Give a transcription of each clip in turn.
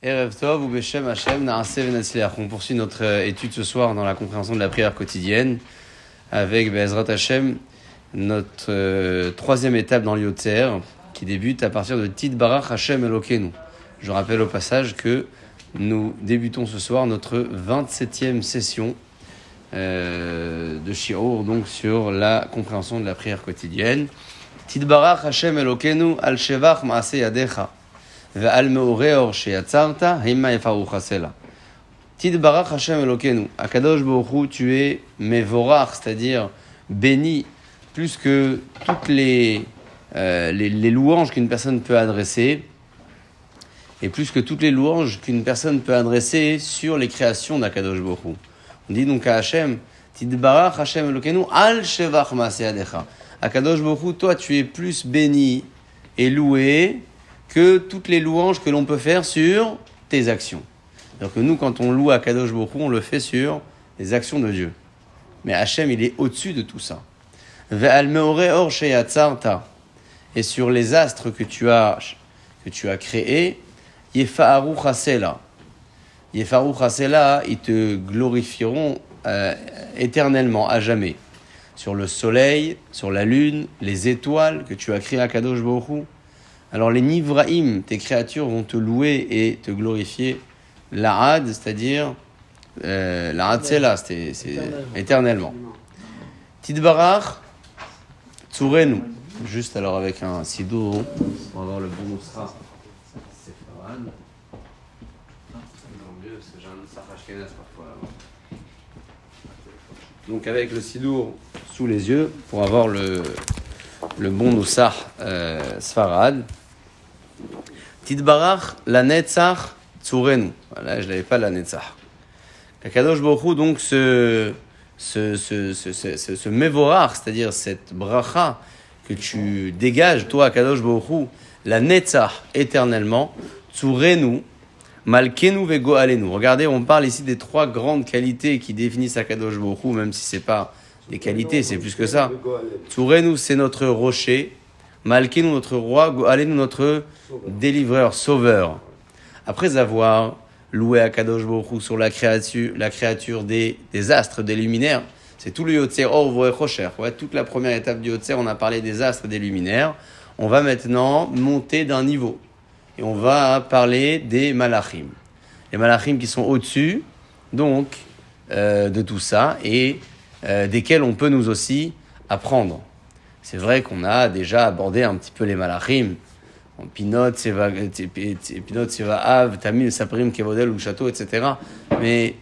Erev Tov ou Beshem Hashem Naaseh Venatzliach. On poursuit notre étude ce soir dans la compréhension de la prière quotidienne avec Be'ezrat Hashem, notre troisième étape dans l'Yotzer qui débute à partir de Tidbarach Hashem Elokeinu. Je rappelle au passage que nous débutons ce soir notre 27e session de Shiur, donc sur la compréhension de la prière quotidienne. Tidbarach Hashem Elokeinu al shevach ma'aseh yadecha. Ve'al me'oreh or sheyatzarta hima yefaruch hasela. Tidbarach Hashem Elokeinu. Akadosh Baruch Hu, tu es mevorach, c'est-à-dire béni, plus que toutes les louanges qu'une personne peut adresser, et plus que toutes les louanges qu'une personne peut adresser sur les créations d'Akadosh Baruch Hu. On dit donc à Hashem, Tidbarach Hashem Elokeinu al shevach ma'aseh yadecha. Akadosh Baruch Hu, toi tu es plus béni et loué que toutes les louanges que l'on peut faire sur tes actions. Alors que nous, quand on loue Akadosh Baruch Hu, on le fait sur les actions de Dieu. Mais Hachem, il est au-dessus de tout ça. Ve'al me'oreh or sheyatzarta. Et sur les astres que tu as créés, yefaruch hasela. Yefaruch hasela, ils te glorifieront éternellement, à jamais. Sur le soleil, sur la lune, les étoiles que tu as créées à Kadosh Baruch Hu. Alors les Nivraïm, tes créatures, vont te louer et te glorifier l'Arad, c'est-à-dire l'Arad c'est là, c'est éternellement. Tidbarach Tsurenu. Juste alors avec un sidour, on va voir le bon Nusra. C'est Farad. Non, mieux, parce que j'ai un Nusra Ashkenaz parfois là-bas. Donc avec le sidour sous les yeux, pour avoir le bon Nusach Sfarad. Tidbarach la Netzach Tsurenu. Voilà, je l'avais pas la Netzach. Kadosh Baruch Hu, donc ce Mevorach, c'est-à-dire cette bracha que tu dégages, toi, Kadosh Baruch Hu, la Netzach éternellement, Tsurenu, Malkenu Vego Alenu. Regardez, on parle ici des trois grandes qualités qui définissent Kadosh Baruch Hu, même si c'est pas des qualités, c'est plus que ça. Tsurenu, c'est notre rocher. Malkenu, notre roi. Go Alenu, notre délivreur, sauveur. Après avoir loué Akadosh Baruch Hu sur la créature des astres, des luminaires, c'est tout le Yotzer Or Vorech Rocher. Ouais, toute la première étape du Yotzer, on a parlé des astres et des luminaires. On va maintenant monter d'un niveau. Et on va parler des malachim. Les malachim qui sont au-dessus, donc, de tout ça, et desquels on peut nous aussi apprendre. C'est vrai qu'on a déjà abordé un petit peu les malachim. Pinot, Seva Av, Tamim, Saprim, Kevodel ou Château, etc. Mais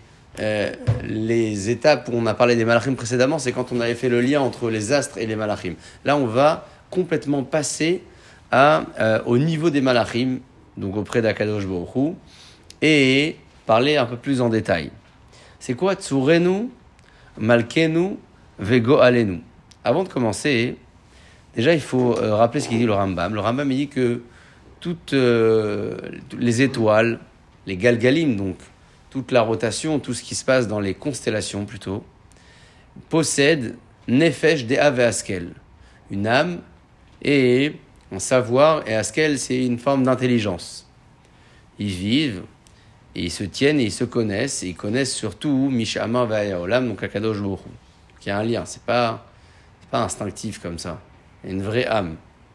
les étapes où on a parlé des malachim précédemment, c'est quand on avait fait le lien entre les astres et les malachim. Là, on va complètement passer au niveau des malachim, donc auprès d'Akadosh Baruch Hu, et parler un peu plus en détail. C'est quoi Tsurenu, Malkenu, Vego Alenu? Avant de commencer, déjà, il faut rappeler ce qu'il dit le Rambam. Le Rambam, il dit que toutes les étoiles, les galgalim, donc toute la rotation, tout ce qui se passe dans les constellations plutôt, possèdent Nefesh De'a Ve'askel, une âme et un savoir, et Askel, c'est une forme d'intelligence. Ils vivent, et ils se tiennent, et ils se connaissent, et ils connaissent surtout Mishama Va'ayaolam, donc Akadosh Baruch Hu. Il y a un lien, c'est pas instinctif comme ça. Il y a une vraie âme.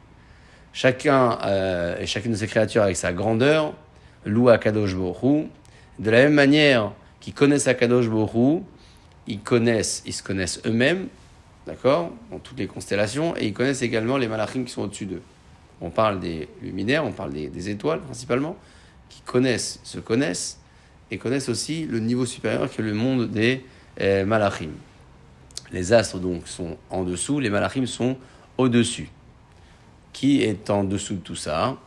Chacun et chacune de ces créatures avec sa grandeur loue Akadosh Baruch Hu. De la même manière qu'ils connaissent Akadosh Baruch Hu, ils se connaissent eux-mêmes, d'accord, dans toutes les constellations, et ils connaissent également les malachim qui sont au-dessus d'eux. On parle des luminaires, on parle des étoiles principalement, qui se connaissent, et connaissent aussi le niveau supérieur qui est le monde des malachim. Les astres donc sont en dessous, les malachim sont au-dessus. Qui est en dessous de tout ça?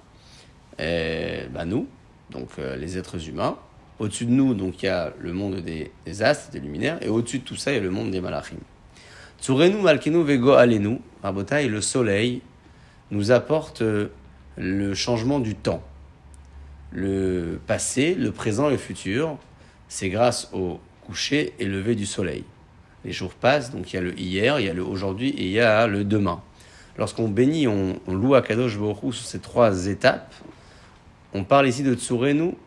Nous, donc les êtres humains. Au-dessus de nous, donc il y a le monde des astres, des luminaires, et au-dessus de tout ça, il y a le monde des malachim. Tsurenu malkenu vego alenu, Rabotai, le soleil nous apporte le changement du temps. Le passé, le présent et le futur, c'est grâce au coucher et lever du soleil. Les jours passent, donc il y a le hier, il y a le aujourd'hui et il y a le demain. Lorsqu'on bénit, on loue Akadosh Baruch Hu sur ces trois étapes, on parle ici de Tsurenu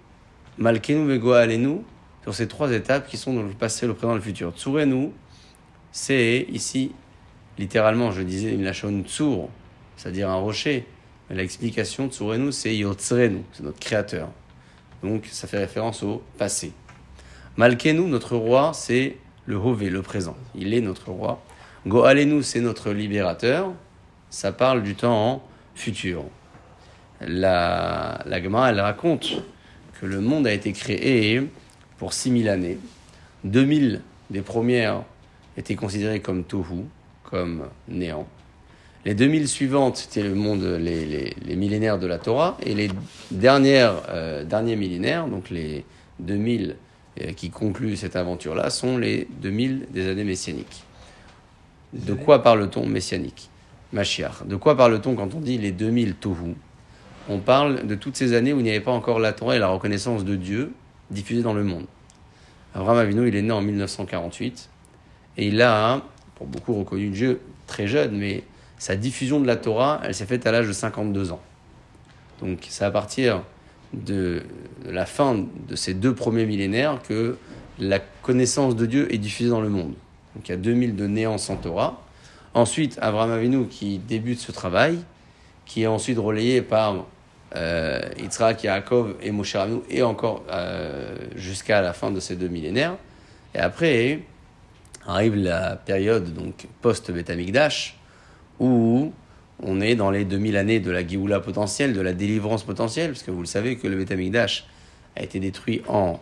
Malkenu Vego Alenu, sur ces trois étapes qui sont dans le passé, le présent et le futur. Tsurenu, c'est ici, littéralement, je disais une lachon tsur, c'est-à-dire un rocher. Mais l'explication Tsurenu, c'est Yotzrenu, c'est notre créateur. Donc ça fait référence au passé. Malkenu, notre roi, c'est le Hové, le présent. Il est notre roi. Goalenu, c'est notre libérateur. Ça parle du temps en futur. La Gemara, elle raconte que le monde a été créé pour 6000 années. 2000 des premières étaient considérées comme tohu, comme néant. Les 2000 suivantes, c'était le monde, les millénaires de la Torah. Et les derniers millénaires, donc les 2000 qui concluent cette aventure-là, sont les 2000 des années messianiques. De quoi parle-t-on messianique? Mashiach. De quoi parle-t-on quand on dit les 2000 tohu? On parle de toutes ces années où il n'y avait pas encore la Torah et la reconnaissance de Dieu diffusée dans le monde. Abraham Avinu, il est né en 1948 et il a, pour beaucoup, reconnu Dieu très jeune, mais sa diffusion de la Torah, elle s'est faite à l'âge de 52 ans. Donc c'est à partir de la fin de ces 2 premiers millénaires que la connaissance de Dieu est diffusée dans le monde. Donc il y a 2000 de néant sans Torah. Ensuite, Abraham Avinu qui débute ce travail, qui est ensuite relayé par Yitzhak, Yaakov et Moshe Rabbeinu, et encore jusqu'à la fin de ces 2 millénaires. Et après, arrive la période donc post-Beth Amikdash, où on est dans les 2000 années de la Géoula potentielle, de la délivrance potentielle, parce que vous le savez que le Beth Amikdash a été détruit en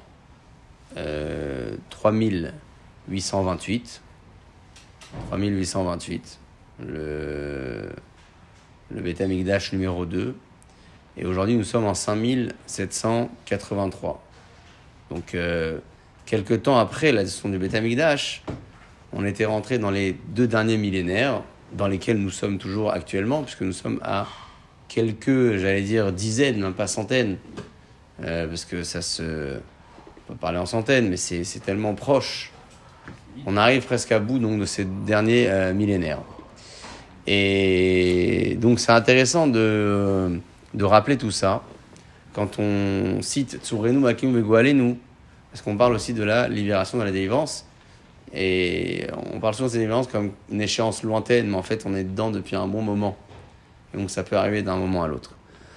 3828. 3828, le Beth Amikdash numéro 2. Et aujourd'hui, nous sommes en 5783. Donc, quelques temps après la destruction du Beth Amikdash, on était rentré dans les 2 derniers millénaires, dans lesquels nous sommes toujours actuellement, puisque nous sommes à quelques, dizaines, même pas centaines, parce que on peut parler en centaines, mais c'est tellement proche. On arrive presque à bout donc, de ces derniers millénaires. Et donc c'est intéressant de rappeler tout ça quand on cite Tsurenu Malkenu Vego Alenu, parce qu'on parle aussi de la libération, de la délivrance. Et on parle souvent de cette délivrance comme une échéance lointaine, mais en fait on est dedans depuis un bon moment. Et donc ça peut arriver d'un moment à l'autre.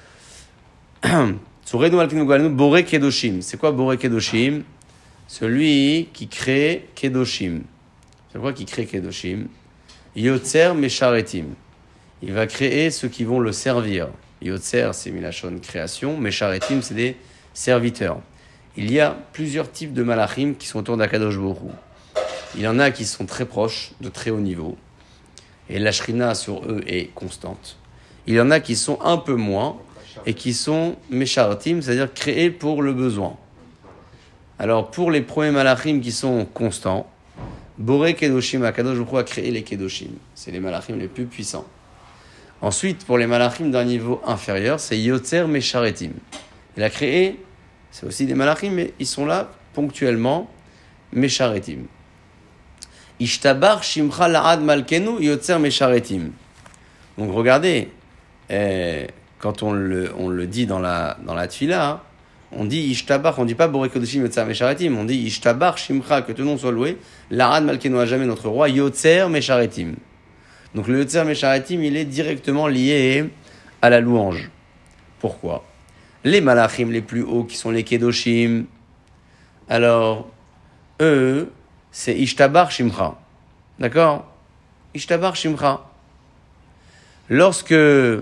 Tsurenu Malkenu Vego Alenu, Boré Kedoshim. C'est quoi Boré Kedoshim? Celui qui crée Kedoshim. C'est quoi qui crée Kedoshim? Yotzer Mesharetim. Il va créer ceux qui vont le servir. Yotzer, c'est Milachon, création. Mesharetim, c'est des serviteurs. Il y a plusieurs types de malachim qui sont autour d'Akadosh Baruch Hu. Il y en a qui sont très proches, de très haut niveau. Et la shrina sur eux est constante. Il y en a qui sont un peu moins et qui sont Mesharetim, c'est-à-dire créés pour le besoin. Alors, pour les premiers malachim qui sont constants, Boré Kedoshim, Akadosh Baruch Hu a créé les Kedoshim. C'est les malachim les plus puissants. Ensuite, pour les malachim d'un niveau inférieur, c'est Yotzer Mesharetim. Il a créé, c'est aussi des malachim, mais ils sont là ponctuellement, Mesharetim. Ishtabar Shimcha La'ad Malkenu Yotzer Mesharetim. Donc, regardez, quand on le dit dans la tfila, on dit Ishtabar, on ne dit pas Boré Kedoshim Yotzer Mesharetim, on dit Ishtabar Shimcha, que ton nom soit loué, La'ad Malkenu à jamais notre roi, Yotzer Mesharetim. Donc le Yotzer Mesharetim, il est directement lié à la louange. Pourquoi? Les malachim les plus hauts, qui sont les Kedoshim, alors, eux, c'est Ishtabar Shimcha. D'accord? Ishtabar Shimcha. Lorsque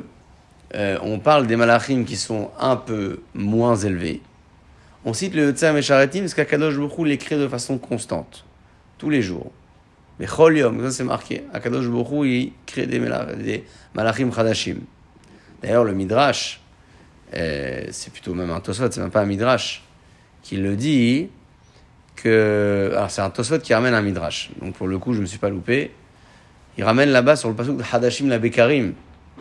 on parle des malachim qui sont un peu moins élevés, on cite le Yotzer Mesharetim parce qu'Akadosh Baruch Hu les crée de façon constante, tous les jours. Mais Chol Yom, ça c'est marqué, Akadosh Baruch Hu, il crée des malachim chadashim. D'ailleurs, le Midrash, c'est plutôt même un Tosfot, c'est même pas un Midrash, qui le dit que... Alors c'est un Tosfot qui ramène un Midrash, donc pour le coup je ne me suis pas loupé. Il ramène là-bas sur le pasuk de Hadashim la Bekarim,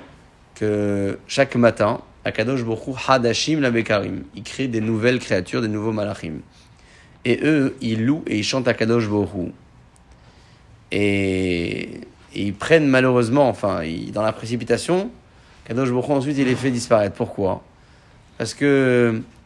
que chaque matin, Akadosh Baruch Hu Hadashim la Bekarim, il crée des nouvelles créatures, des nouveaux malachim. Et eux, ils louent et ils chantent Akadosh Baruch Hu. Et ils prennent malheureusement, dans la précipitation, Kadosh Baruch Hu ensuite il les fait disparaître. Pourquoi? Parce que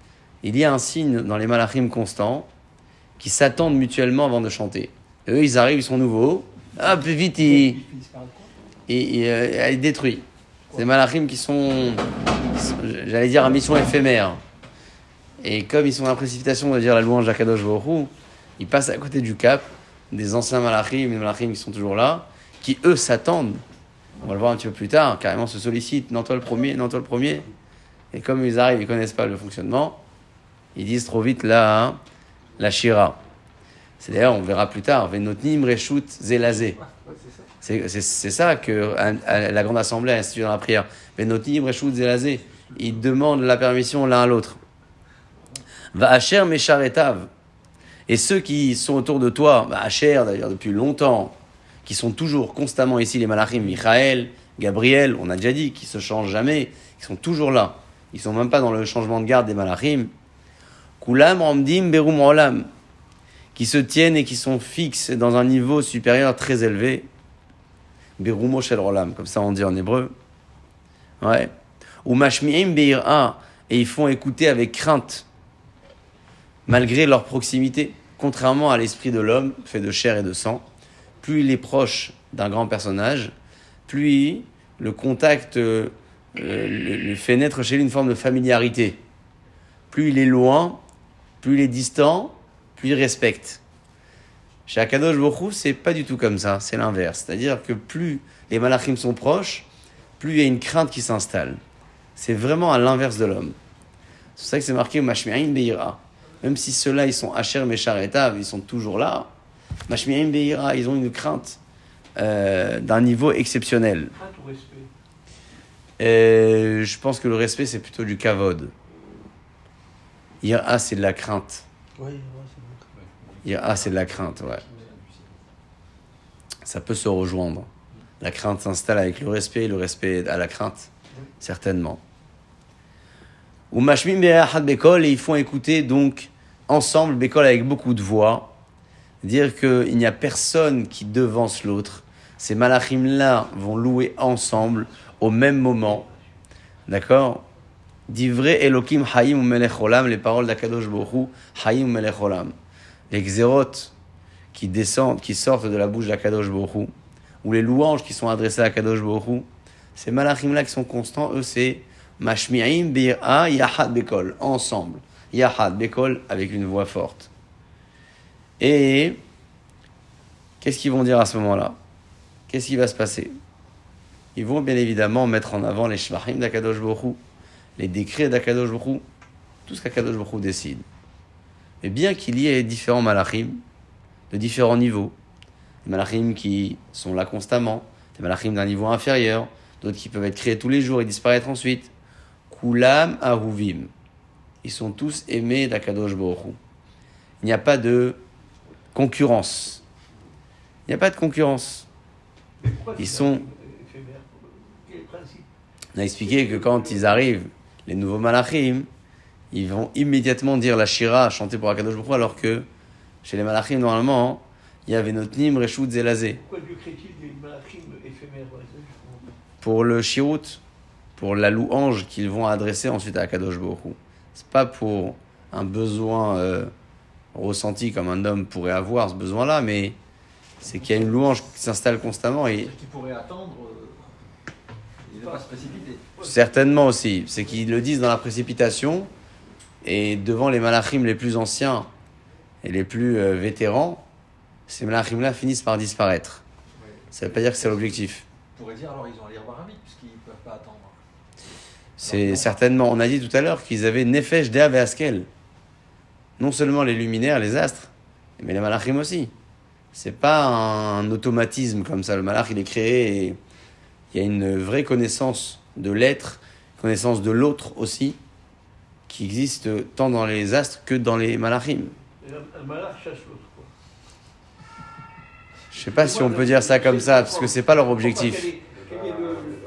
il y a un signe dans les malachim constants qui s'attendent mutuellement avant de chanter. Et eux, ils arrivent, ils sont nouveaux. Ah, plus vite, ils détruisent. C'est des malachim qui sont, j'allais dire, à mission éphémère. Et comme ils sont dans la précipitation de dire la louange d'Akadosh Baruch Hu, ils passent à côté du cap des anciens malachim, les malachim qui sont toujours là, qui eux s'attendent. On va le voir un petit peu plus tard, carrément se sollicitent, non toi le premier. Et comme ils arrivent, ils connaissent pas le fonctionnement, ils disent trop vite la shira. C'est d'ailleurs, on verra plus tard, Venotnim Reshut Zelazé. C'est ça que la grande assemblée a institué dans la prière. Venotnim Reshut Zelazé. Ils demandent la permission l'un à l'autre. Va Asher Mesharetav. Et ceux qui sont autour de toi, Asher d'ailleurs depuis longtemps, qui sont toujours constamment ici, les malachim, Michael, Gabriel, on a déjà dit, qui se changent jamais, qui sont toujours là. Ils sont même pas dans le changement de garde des malachim. Kulam Ramdim Berum Olam, qui se tiennent et qui sont fixes dans un niveau supérieur très élevé. Berumo Shel Olam, comme ça on dit en hébreu. Ouais. Ou Mashmi'im Beir'a, et ils font écouter avec crainte, malgré leur proximité, contrairement à l'esprit de l'homme, fait de chair et de sang. Plus il est proche d'un grand personnage, plus le contact lui fait naître chez lui une forme de familiarité. Plus il est loin, plus il est distant, plus il respecte. Chez Akadosh Baruch Hu, c'est pas du tout comme ça, c'est l'inverse. C'est-à-dire que plus les malachim sont proches, plus il y a une crainte qui s'installe. C'est vraiment à l'inverse de l'homme. C'est pour ça que c'est marqué Mashmi'in Beira. Même si ceux-là, ils sont Asher Meshar Etav, ils sont toujours là. Mashmi'im Beira, ils ont une crainte d'un niveau exceptionnel. Crainte ou respect? Je pense que le respect, c'est plutôt du kavod. Ira, c'est de la crainte. Oui, c'est bon. Ira, c'est de la crainte, ouais. Ça peut se rejoindre. La crainte s'installe avec le respect à la crainte, certainement. Ou Mashmim Be'ahad Bekol, et ils font écouter donc ensemble, Bekol avec beaucoup de voix, dire qu'il n'y a personne qui devance l'autre. Ces malachim-là vont louer ensemble au même moment. D'accord? Divrei Elokim Hayim ou Melech Olam, les paroles d'Akadosh Baruch Hu, Hayim ou Melech Olam. Les xérotes qui descendent, qui sortent de la bouche d'Akadosh Baruch Hu, ou les louanges qui sont adressées à Akadosh Baruch Hu, ces malachim-là qui sont constants, eux, c'est Mashmi'im Bir'a Yahad Bekol, ensemble. Yahad Bekol, avec une voix forte. Et qu'est-ce qu'ils vont dire à ce moment-là? Qu'est-ce qui va se passer? Ils vont bien évidemment mettre en avant les shvachim d'Akadosh Baruch Hu, les décrets d'Akadosh Baruch Hu, tout ce qu'Akadosh Baruch Hu décide. Et bien qu'il y ait différents malachim, de différents niveaux, des malachim qui sont là constamment, des malachim d'un niveau inférieur, d'autres qui peuvent être créés tous les jours et disparaître ensuite, Kulam Ahuvim, ils sont tous aimés d'Akadosh Baruch Hu. Il n'y a pas de concurrence. Il n'y a pas de concurrence. Ils sont... On a expliqué que quand ils arrivent, les nouveaux malachim, ils vont immédiatement dire la shira, chanter pour Akadosh Baruch Hu, alors que chez les malachim, normalement, il y avait Notnim, Reshut, Zelazé. Pourquoi Dieu crée-t-il des malachim éphémères? Pour le shirut, pour la louange qu'ils vont adresser ensuite à Akadosh Baruch Hu. C'est pas pour un besoin ressenti comme un homme pourrait avoir ce besoin-là, mais c'est qu'il y a une louange qui s'installe constamment et... Qui pourrait attendre et ne pas se précipiter. Certainement aussi. C'est qu'ils le disent dans la précipitation et devant les malachim les plus anciens et les plus vétérans, ces malachim-là finissent par disparaître. Ouais. Ça ne veut pas dire que c'est l'objectif. On pourrait dire alors ils ont un lire baramique puisqu'ils ne peuvent pas attendre. C'est certainement, on a dit tout à l'heure qu'ils avaient Nefesh De'av et Askel. Non seulement les luminaires, les astres, mais les malachim aussi. C'est pas un automatisme comme ça. Le malach, il est créé et il y a une vraie connaissance de l'être, connaissance de l'autre aussi, qui existe tant dans les astres que dans les malachim. Un malach chasse l'autre, quoi. Je sais pas si on peut dire ça comme ça, parce que c'est pas leur objectif. Quel est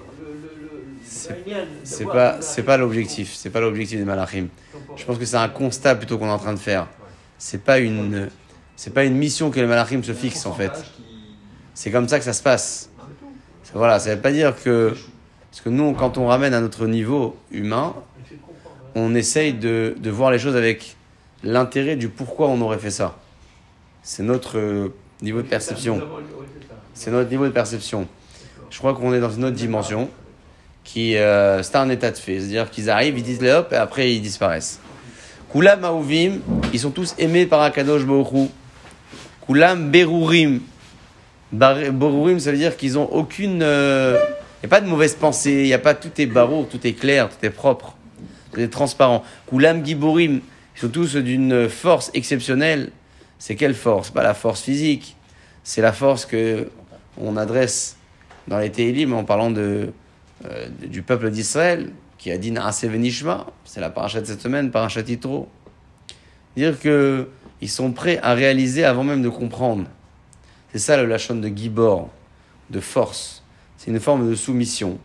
C'est pas l'objectif. C'est pas l'objectif des malachim. Je pense que c'est un constat plutôt qu'on est en train de faire. C'est pas une mission que les malachim se fixent en fait. C'est comme ça que ça se passe. Voilà, ça veut pas dire que parce que nous, quand on ramène à notre niveau humain, on essaye de voir les choses avec l'intérêt du pourquoi on aurait fait ça. C'est notre niveau de perception. C'est notre niveau de perception. Je crois qu'on est dans une autre dimension qui c'est un état de fait. C'est-à-dire qu'ils arrivent, ils disent les hop, et après ils disparaissent. Kulam Aouvim, ils sont tous aimés par Akadosh Baruch Hu. Kulam Berurim. Berurim, ça veut dire qu'ils ont aucune... Il n'y a pas de mauvaise pensée, il n'y a pas... Tout est barreau, tout est clair, tout est propre, tout est transparent. Kulam Giborim, ils sont tous d'une force exceptionnelle. C'est quelle force? Pas la force physique. C'est la force que on adresse dans les Télim en parlant du peuple d'Israël qui a dit Naase Venishma. C'est la paracha de cette semaine, paracha Yitro. Dire que ils sont prêts à réaliser avant même de comprendre. C'est ça le lachon de Gibor, de force. C'est une forme de soumission.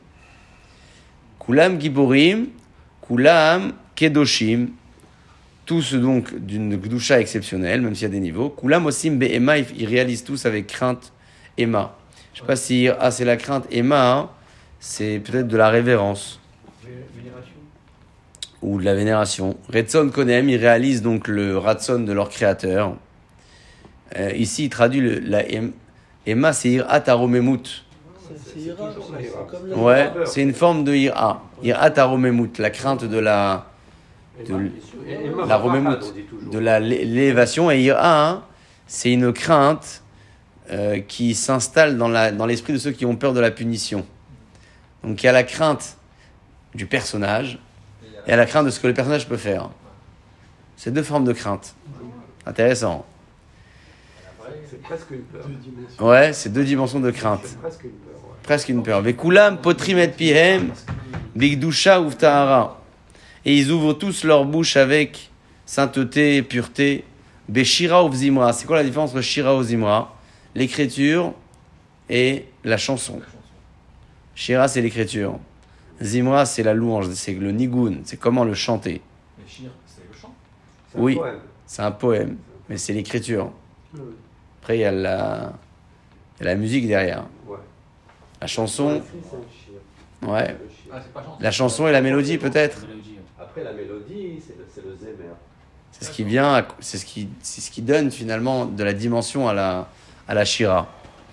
Kulam Giborim, Kulam Kedoshim. Tous donc d'une gdusha exceptionnelle, même s'il y a des niveaux. Kulam osim be'ema, ils réalisent tous avec crainte Ema. Je ne sais pas si c'est la crainte Ema, hein, c'est peut-être de la révérence. Vénération. Ou de la vénération. Retson Konem, ils réalisent donc le Ratson de leur créateur. Ici, il traduit la Ema, c'est Irat Aromemut. C'est Ira, c'est comme la... Ouais, c'est une forme de Ira. Irat Aromemut, la crainte de la Romemout, de l'élévation. Et Ira, hein, c'est une crainte qui s'installe dans l'esprit de ceux qui ont peur de la punition. Donc il y a la crainte du personnage et il y a la crainte de ce que le personnage peut faire. C'est deux formes de crainte. Intéressant. C'est presque une peur. Ouais, c'est deux dimensions de crainte. C'est presque une peur. Ouais. Presque une peur. Vekulam potrim et pihem bigdusha uftahara. Et ils ouvrent tous leur bouche avec sainteté et pureté. Beshira ou zimra. C'est quoi la différence entre shira ou zimra? L'écriture et la chanson. Shira, c'est l'écriture. Zimra, c'est la louange, c'est le nigun, c'est comment le chanter. Mais shir, c'est le chant. Oui, c'est un poème, mais c'est l'écriture. Après, il y a la musique derrière. Ouais. La chanson, ouais. Ah, c'est pas chant. La chanson et la mélodie, peut-être. Après, la mélodie, c'est le zémer. C'est ce qui vient, c'est ce qui donne finalement de la dimension à la shira.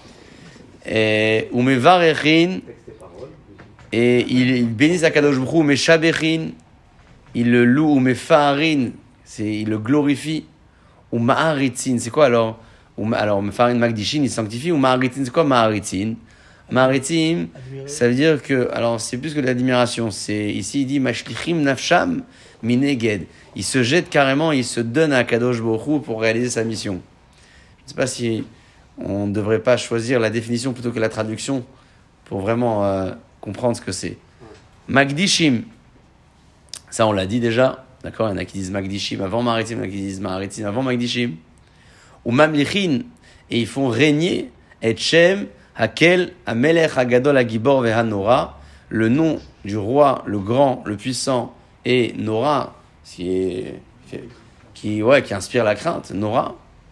Et umevarechin, Texte et parole. et ils bénissent Akadosh Baruch Hu, meshabechin, ils le louent, umefaharin, ils le glorifient, umaharitzin, c'est quoi alors? Alors mefaharin magdishin, ils sanctifient, umaharitzin, c'est quoi maharitzin? Maharitzin, ça veut dire que, alors c'est plus que de l'admiration, c'est ici il dit mashlichim nafsham mineged, il se jette carrément, il se donne à Akadosh Baruch Hu pour réaliser sa mission. Je ne sais pas si on ne devrait pas choisir la définition plutôt que la traduction pour vraiment comprendre ce que c'est. Magdishim, ça on l'a dit déjà, d'accord, il y en a qui disent Magdishim avant Maharitzim, il y en a qui disent Maharitzim avant Magdishim. Ou Mamlichin, et ils font régner et Shem Hakel Amelech Hagadol Hagibor Vehanora, le nom du roi, le grand, le puissant, et Nora, qui inspire la crainte, Nora.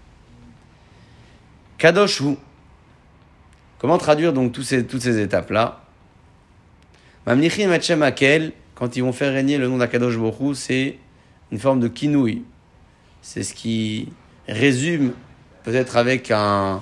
Kadosh Hu. Comment traduire donc toutes ces étapes-là? Mamlichim et Shem Hakel, quand ils vont faire régner le nom d'Akadosh Baruch Hu, c'est une forme de kinouï. C'est ce qui résume, peut-être avec un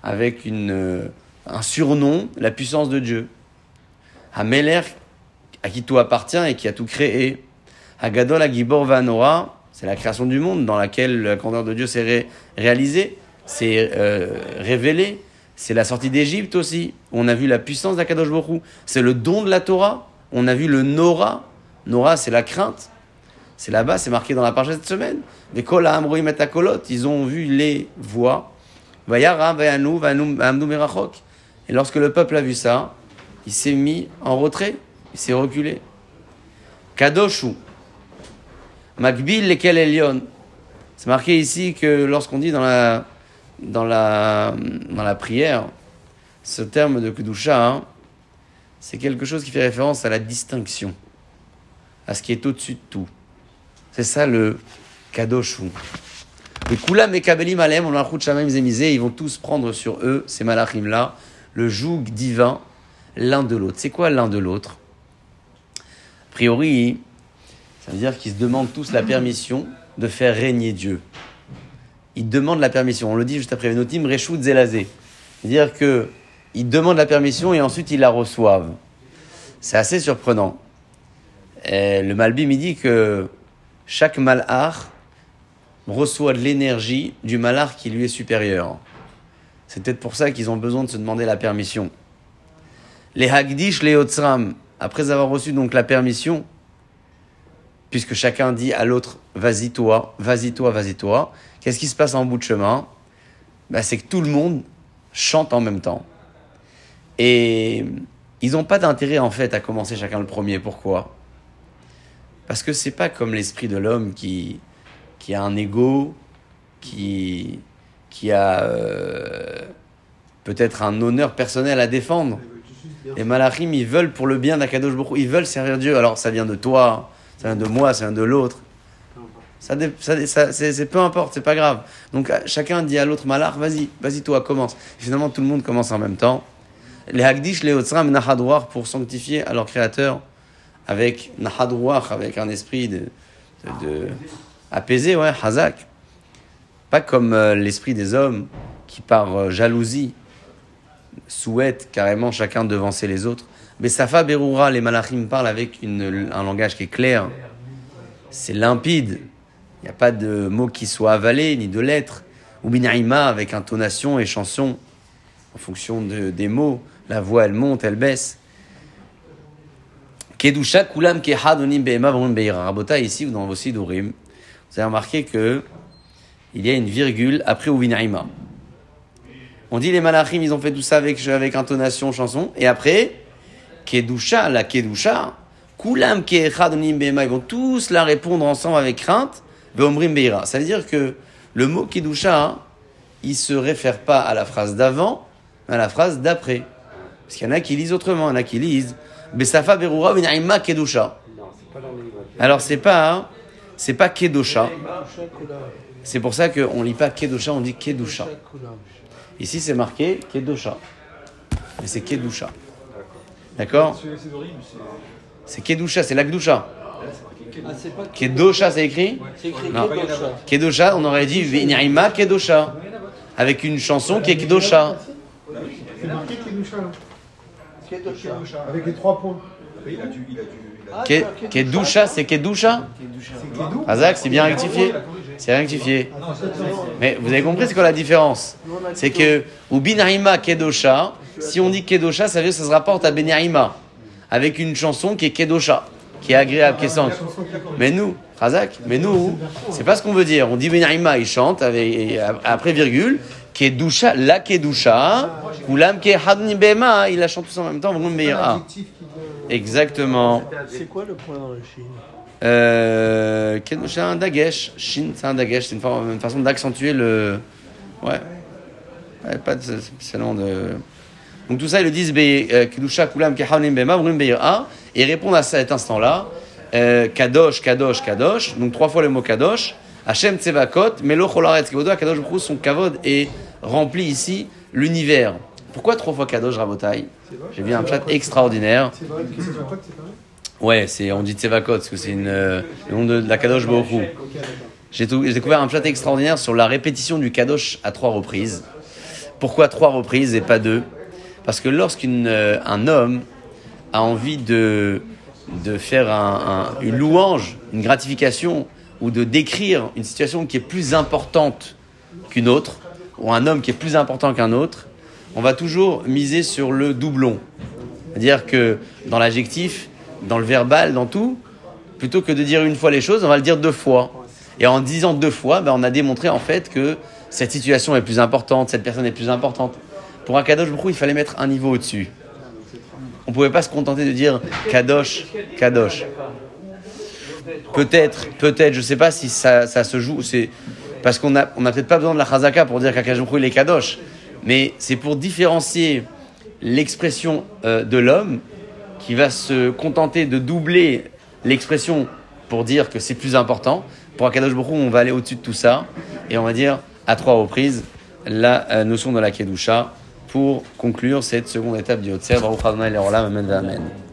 surnom, la puissance de Dieu. Hameler, à qui tout appartient et qui a tout créé. Hagadol Hagibor Vanora, c'est la création du monde dans laquelle la grandeur de Dieu s'est réalisée, s'est révélée. C'est la sortie d'Égypte aussi. On a vu la puissance d'Akadosh Baruch Hu. C'est le don de la Torah. On a vu le Nora. Nora, c'est la crainte. C'est là-bas, c'est marqué dans la page de cette semaine. Les Kol Ha'amroim et Hakolot, ils ont vu les voix. Vayara, Vayanu, Vayamnu Merachok. Et lorsque le peuple a vu ça, il s'est mis en retrait. Il s'est reculé. Kadoshu. Makbil lekel Elyon. C'est marqué ici que lorsqu'on dit dans la prière, ce terme de Kedusha, c'est quelque chose qui fait référence à la distinction, à ce qui est au-dessus de tout. C'est ça le Kadoshu. Les Kulam et Kabelim Alem, on a ils vont tous prendre sur eux, ces malachim-là, le joug divin, l'un de l'autre. C'est quoi l'un de l'autre? A priori, Ça veut dire qu'ils se demandent tous la permission de faire régner Dieu. Ils demandent la permission. On le dit juste après. Venotim Reshut Zelazé. C'est-à-dire qu'ils demandent la permission et ensuite ils la reçoivent. C'est assez surprenant. Et le Malbim il dit que chaque malach reçoit de l'énergie du malach qui lui est supérieur. C'est peut-être pour ça qu'ils ont besoin de se demander la permission. Les Hagdish, les Otsram, après avoir reçu donc la permission, puisque chacun dit à l'autre « vas-y toi, vas-y toi, vas-y toi », qu'est-ce qui se passe en bout de chemin ? C'est que tout le monde chante en même temps. Et ils n'ont pas d'intérêt en fait à commencer chacun le premier. Pourquoi ? Parce que c'est pas comme l'esprit de l'homme qui a un ego, qui a peut-être un honneur personnel à défendre. Les malachim, ils veulent pour le bien d'Akadosh Baruch Hu, ils veulent servir Dieu. Alors ça vient de toi, ça vient de moi, ça vient de l'autre. C'est peu importe, c'est pas grave. Donc chacun dit à l'autre malach, vas-y toi, commence. Et finalement tout le monde commence en même temps. Les Hagdish, les Otsram, Nahadouar pour sanctifier à leur créateur avec Nahadouar, avec un esprit de apaisé, ouais, Hazak. Pas comme l'esprit des hommes qui par jalousie souhaitent carrément chacun devancer les autres. Mais Safa Berura, les malachim parlent avec un langage qui est clair. C'est limpide. Il n'y a pas de mots qui soient avalés, ni de lettres. Ou binaïma, avec intonation et chanson. En fonction des mots, la voix, elle monte, elle baisse. Kedusha kulam kehad onim be'ema v'onim be'ira. Rabota, ici, dans vos sidurim, vous avez remarqué que il y a une virgule après Ubinaïma. On dit les malachim, ils ont fait tout ça avec intonation, chanson, et après, Kedusha, la Kedusha, Kulam Kehad Onim Be'ema, ils vont tous la répondre ensemble avec crainte, Ve'omrim Be'ira. Ça veut dire que le mot Kedusha, il se réfère pas à la phrase d'avant, mais à la phrase d'après. Parce qu'il y en a qui lisent autrement, il y en a qui lisent Besafa Berura Vinaïma Kedusha. Non, c'est pas dans les images. Alors c'est pas Kedusha. C'est pour ça qu'on ne lit pas Kedusha, on dit Kedusha. Ici, c'est marqué Kedusha. Mais c'est Kedusha. D'accord ? C'est Kedusha, c'est la Kedusha. Kedusha, c'est écrit ? C'est écrit Non. Kedusha. Kedusha, on aurait dit Vinaïma Kedusha. Avec une chanson qui est Kedusha. C'est marqué Kedusha là. Kedusha. Avec les 3 points. Kedusha, c'est Kedusha ? C'est Kedou. Razak, c'est bien rectifié ? C'est rectifié. Mais vous avez compris c'est quoi la différence ? C'est que, ou Binaïma Kedosha, si on dit Kedosha, ça veut dire que ça se rapporte à Binaïma, avec une chanson qui est Kedosha, qui est agréable, qui est sens. Mais nous, Razak, c'est pas ce qu'on veut dire. On dit Binaïma, il chante, et après virgule, Kedusha, la Kedusha, Kulam Kehadni Bema, il la chante tous en même temps, Vroum Beira. Exactement. C'est quoi le point dans le Chine ? Kedusha, un dagesh. Shin, c'est un dagesh. C'est une façon d'accentuer le. Ouais. Pas de. C'est long de. Donc tout ça, ils le disent Kedusha, Kulam, Kehanim, Bema, Vrim, Beira. Et ils répondent à cet instant-là Kadosh, Kadosh, Kadosh. Donc 3 fois le mot Kadosh. Hashem Tsevakot, Melo Cholaretz Kevodo, Kadosh Baruch Hu, son Kavod est rempli ici l'univers. Pourquoi 3 fois Kadosh Rabotai ? J'ai vu un plat extraordinaire. C'est vrai que c'est pas c'est pareil. Ouais, on dit Tsevakot, parce que c'est le nom de la Kadosh Baruch Hu. J'ai découvert un plat extraordinaire sur la répétition du Kadosh à 3 reprises. Pourquoi 3 reprises et pas 2 ? Parce que lorsqu'un homme a envie de faire une louange, une gratification, ou de décrire une situation qui est plus importante qu'une autre, ou un homme qui est plus important qu'un autre, on va toujours miser sur le doublon. C'est-à-dire que dans l'adjectif, dans le verbal, dans tout, plutôt que de dire une fois les choses, on va le dire 2 fois. Et en disant 2 fois, on a démontré en fait que cette situation est plus importante, cette personne est plus importante. Pour un Kadosh Baruch Hu, il fallait mettre un niveau au-dessus. On ne pouvait pas se contenter de dire Kadosh, Kadosh. Peut-être, je ne sais pas si ça se joue, c'est parce qu'on n'a peut-être pas besoin de la chazaka pour dire qu'Akadosh Baruch Hu il est Kadosh, mais c'est pour différencier l'expression de l'homme qui va se contenter de doubler l'expression pour dire que c'est plus important. Pour Akadosh Baruch Hu, on va aller au-dessus de tout ça et on va dire à 3 reprises la notion de la Kedusha pour conclure cette seconde étape du Yotzer. Baruch Adonai Le'olam, amen, amen.